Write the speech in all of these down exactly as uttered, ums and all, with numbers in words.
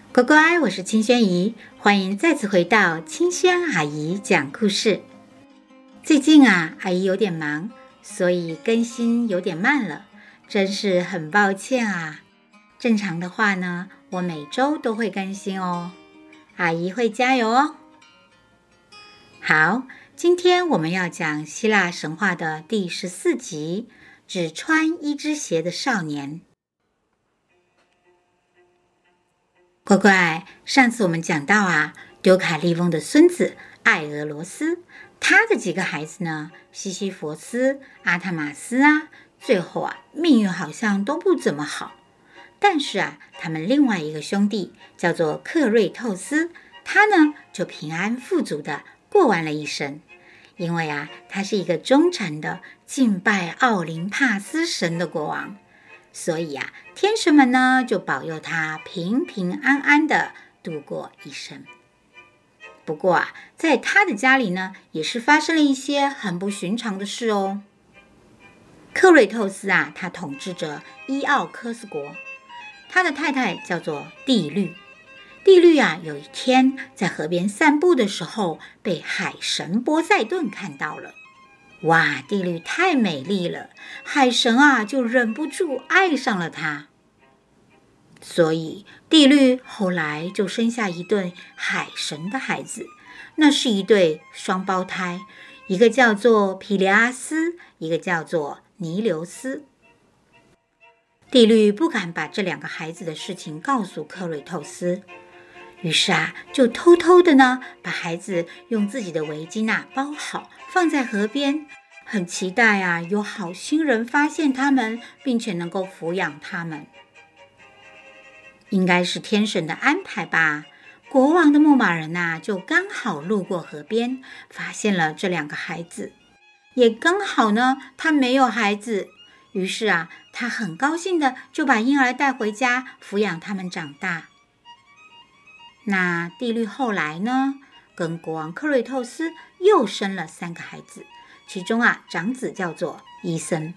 乖乖，我是清轩姨，欢迎再次回到清轩阿姨讲故事。最近啊，阿姨有点忙，所以更新有点慢了，真是很抱歉啊。正常的话呢，我每周都会更新哦，阿姨会加油哦。好，今天我们要讲希腊神话的第十四集，只穿一只鞋的少年。乖乖，上次我们讲到啊，丢卡利翁的孙子艾俄罗斯，他的几个孩子呢，西西弗斯、阿塔马斯啊，最后啊，命运好像都不怎么好。但是啊，他们另外一个兄弟叫做克瑞透斯，他呢就平安富足的过完了一生。因为啊，他是一个忠诚的敬拜奥林帕斯神的国王。所以啊，天神们呢就保佑他平平安安的度过一生。不过啊，在他的家里呢，也是发生了一些很不寻常的事哦。克瑞透斯啊，他统治着伊奥科斯国，他的太太叫做蒂律。蒂律啊，有一天在河边散步的时候，被海神波塞顿看到了。哇，蒂律太美丽了，海神啊就忍不住爱上了她。所以蒂律后来就生下一对海神的孩子，那是一对双胞胎，一个叫做皮利阿斯，一个叫做尼留斯。蒂律不敢把这两个孩子的事情告诉克瑞透斯，于是啊，就偷偷的呢，把孩子用自己的围巾啊包好，放在河边，很期待啊，有好心人发现他们，并且能够抚养他们。应该是天神的安排吧。国王的牧马人啊，就刚好路过河边，发现了这两个孩子，也刚好呢，他没有孩子，于是啊，他很高兴的就把婴儿带回家，抚养他们长大。那蒂律后来呢，跟国王克瑞透斯又生了三个孩子，其中啊，长子叫做伊森。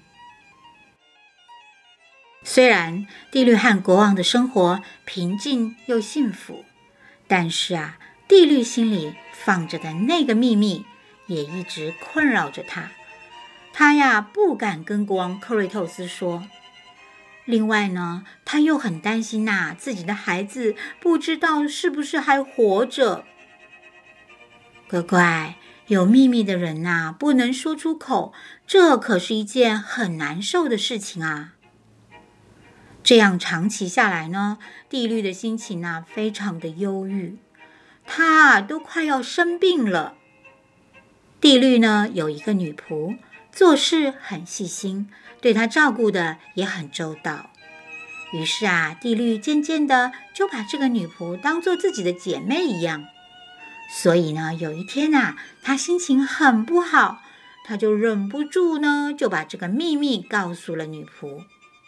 虽然蒂律和国王的生活平静又幸福，但是啊，蒂律心里放着的那个秘密也一直困扰着他。他呀，不敢跟国王克瑞透斯说。另外呢，他又很担心呐、啊，自己的孩子不知道是不是还活着。乖乖，有秘密的人呐、啊，不能说出口，这可是一件很难受的事情啊。这样长期下来呢，蒂律的心情啊，非常的忧郁，他啊都快要生病了。蒂律呢，有一个女仆，做事很细心，对他照顾的也很周到。于是啊，蒂律渐渐的就把这个女仆当作自己的姐妹一样。所以呢，有一天啊，他心情很不好，他就忍不住呢，就把这个秘密告诉了女仆。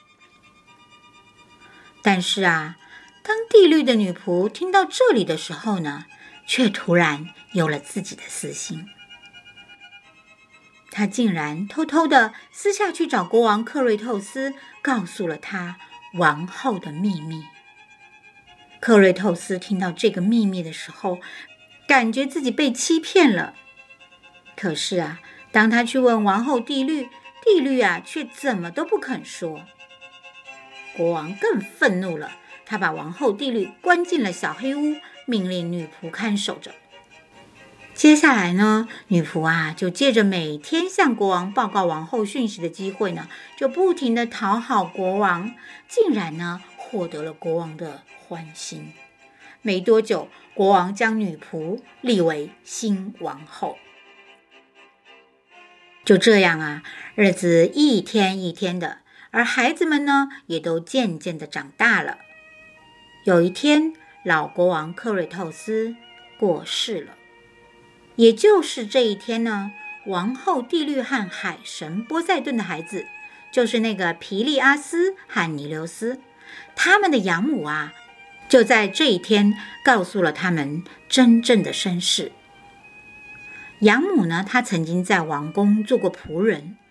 但是啊，当蒂律的女仆听到这里的时候呢，却突然有了自己的私心。他竟然偷偷的私下去找国王克瑞透斯，告诉了他王后的秘密。克瑞透斯听到这个秘密的时候，感觉自己被欺骗了。可是啊，当他去问王后蒂律，蒂律啊却怎么都不肯说。国王更愤怒了，他把王后蒂律关进了小黑屋，命令女仆看守着。接下来呢，女仆啊就借着每天向国王报告王后讯息的机会呢，就不停地讨好国王，竟然呢获得了国王的欢心。没多久，国王将女仆立为新王后。就这样啊，日子一天一天的，而孩子们呢，也都渐渐的长大了。有一天，老国王克瑞透斯过世了。也就是这一天呢，王后蒂律和海神波塞顿的孩子，就是那个皮利阿斯和尼留斯，他们的养母啊，就在这一天告诉了他们真正的身世。养母呢，她曾经在王宫做过仆人，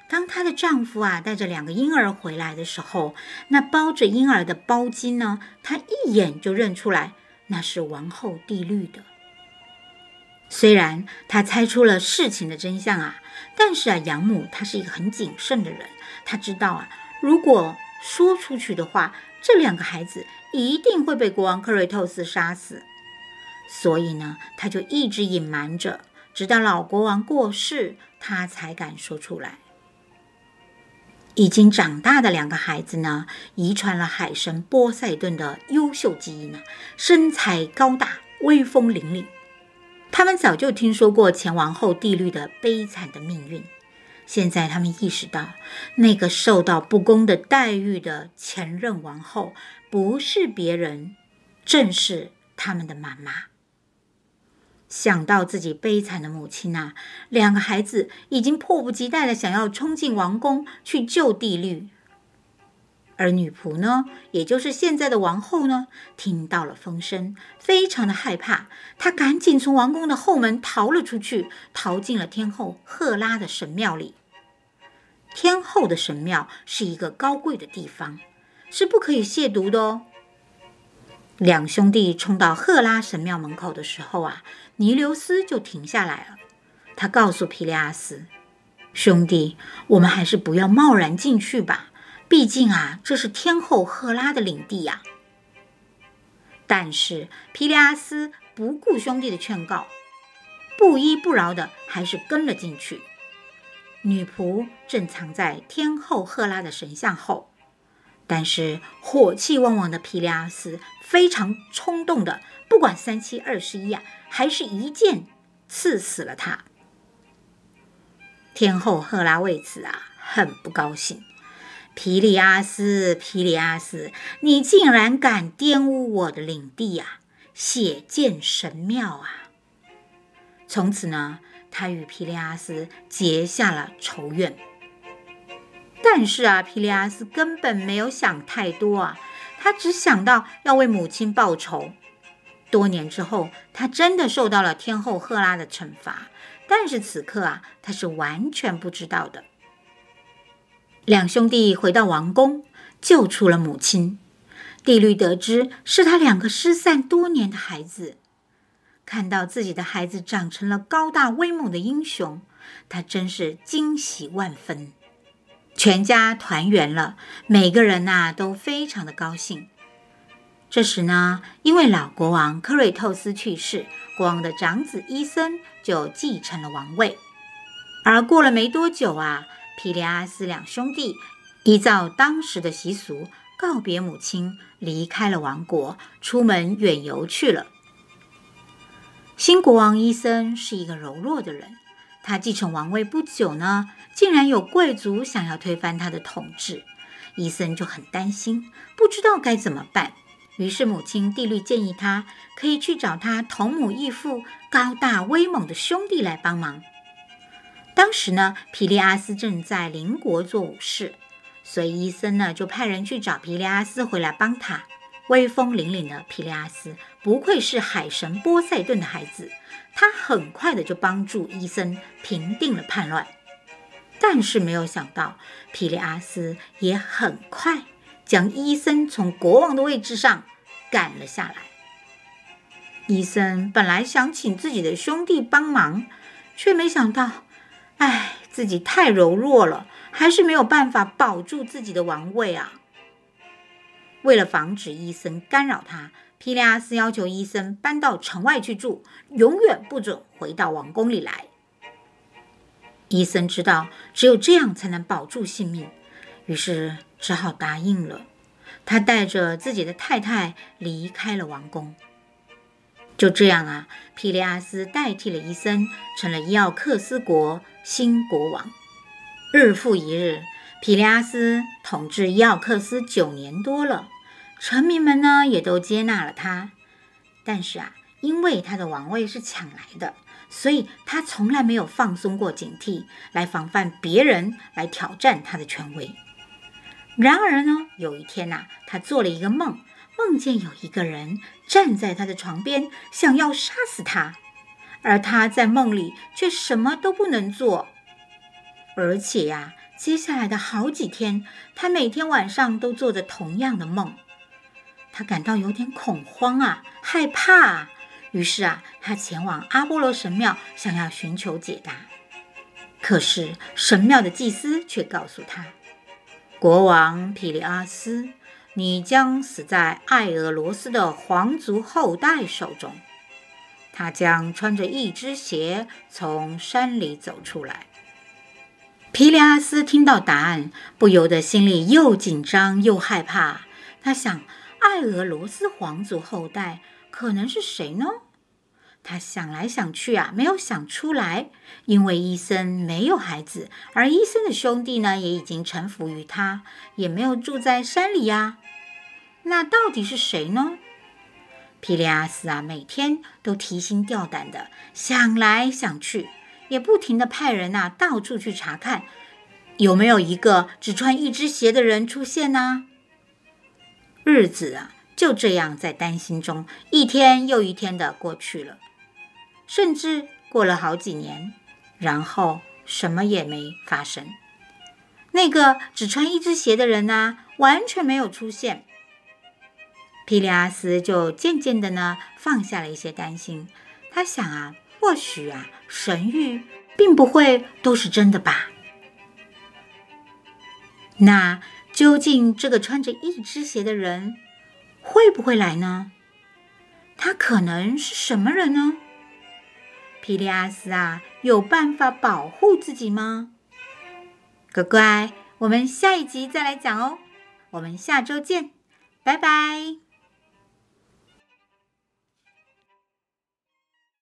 当她的丈夫啊带着两个婴儿回来的时候，那包着婴儿的包巾呢，她一眼就认出来，那是王后帝律的。虽然她猜出了事情的真相啊，但是啊，养母她是一个很谨慎的人，她知道啊，如果说出去的话，这两个孩子一定会被国王克瑞透斯杀死，所以呢，她就一直隐瞒着，直到老国王过世，她才敢说出来。已经长大的两个孩子呢，遗传了海神波塞顿的优秀基因呢，身材高大，威风凛凛。他们早就听说过前王后帝律的悲惨的命运，现在他们意识到，那个受到不公的待遇的前任王后不是别人，正是他们的妈妈。想到自己悲惨的母亲啊，两个孩子已经迫不及待地想要冲进王宫去救帝律。而女仆呢，也就是现在的王后呢，听到了风声，非常的害怕，她赶紧从王宫的后门逃了出去，逃进了天后赫拉的神庙里。天后的神庙是一个高贵的地方，是不可以亵渎的哦。两兄弟冲到赫拉神庙门口的时候啊，尼留斯就停下来了。他告诉皮利阿斯，兄弟，我们还是不要贸然进去吧，毕竟啊，这是天后赫拉的领地呀。但是皮利阿斯不顾兄弟的劝告，不依不饶的还是跟了进去。女仆正藏在天后赫拉的神像后，但是火气旺旺的皮利阿斯非常冲动的，不管三七二十一啊，还是一剑刺死了他。天后赫拉为此啊很不高兴，皮利阿斯，皮利阿斯，你竟然敢玷污我的领地啊，血溅神庙啊！从此呢，他与皮利阿斯结下了仇怨。但是啊，皮利阿斯根本没有想太多啊，他只想到要为母亲报仇。多年之后，他真的受到了天后赫拉的惩罚，但是此刻啊，他是完全不知道的。两兄弟回到王宫，救出了母亲。帝律得知是他两个失散多年的孩子，看到自己的孩子长成了高大威猛的英雄，他真是惊喜万分。全家团圆了，每个人啊都非常的高兴。这时呢，因为老国王科瑞透斯去世，国王的长子伊森就继承了王位。而过了没多久啊，皮利阿斯两兄弟依照当时的习俗，告别母亲，离开了王国，出门远游去了。新国王伊森是一个柔弱的人，他继承王位不久呢，竟然有贵族想要推翻他的统治，伊森就很担心，不知道该怎么办。于是母亲帝律建议他可以去找他同母异父、高大威猛的兄弟来帮忙。当时呢，皮利阿斯正在邻国做武士，所以伊森呢就派人去找皮利阿斯回来帮他。威风凛凛的皮利阿斯不愧是海神波塞顿的孩子，他很快的就帮助伊森平定了叛乱。但是没有想到，皮利阿斯也很快将伊森从国王的位置上赶了下来。伊森本来想请自己的兄弟帮忙，却没想到，哎，自己太柔弱了，还是没有办法保住自己的王位啊。为了防止伊森干扰他，皮利阿斯要求伊森搬到城外去住，永远不准回到王宫里来。伊森知道只有这样才能保住性命，于是只好答应了。他带着自己的太太离开了王宫。就这样啊，皮利阿斯代替了伊森，成了伊奥克斯国新国王。日复一日，皮利阿斯统治伊奥克斯九年多了，臣民们呢也都接纳了他。但是啊，因为他的王位是抢来的，所以他从来没有放松过警惕，来防范别人来挑战他的权威。然而呢，有一天啊，他做了一个梦，梦见有一个人站在他的床边，想要杀死他，而他在梦里却什么都不能做。而且呀、啊， 接下来的好几天，他每天晚上都做着同样的梦。他感到有点恐慌啊，害怕啊。于是啊，他前往阿波罗神庙，想要寻求解答。可是神庙的祭司却告诉他：国王皮里阿斯，你将死在艾俄罗斯的皇族后代手中。他将穿着一只鞋从山里走出来。皮里阿斯听到答案，不由得心里又紧张又害怕。他想，艾俄罗斯皇族后代可能是谁呢？他想来想去啊，没有想出来，因为伊森没有孩子，而伊森的兄弟呢，也已经臣服于他，也没有住在山里呀。那到底是谁呢？皮里阿斯啊，每天都提心吊胆的想来想去，也不停的派人啊到处去查看，有没有一个只穿一只鞋的人出现呢？日子啊就这样在担心中一天又一天的过去了，甚至过了好几年，然后什么也没发生。那个只穿一只鞋的人呢，完全没有出现。皮里阿斯就渐渐的呢放下了一些担心。他想啊，或许啊神谕并不会都是真的吧。那究竟这个穿着一只鞋的人会不会来呢？他可能是什么人呢？皮里阿斯啊，有办法保护自己吗？乖乖，我们下一集再来讲哦。我们下周见，拜拜。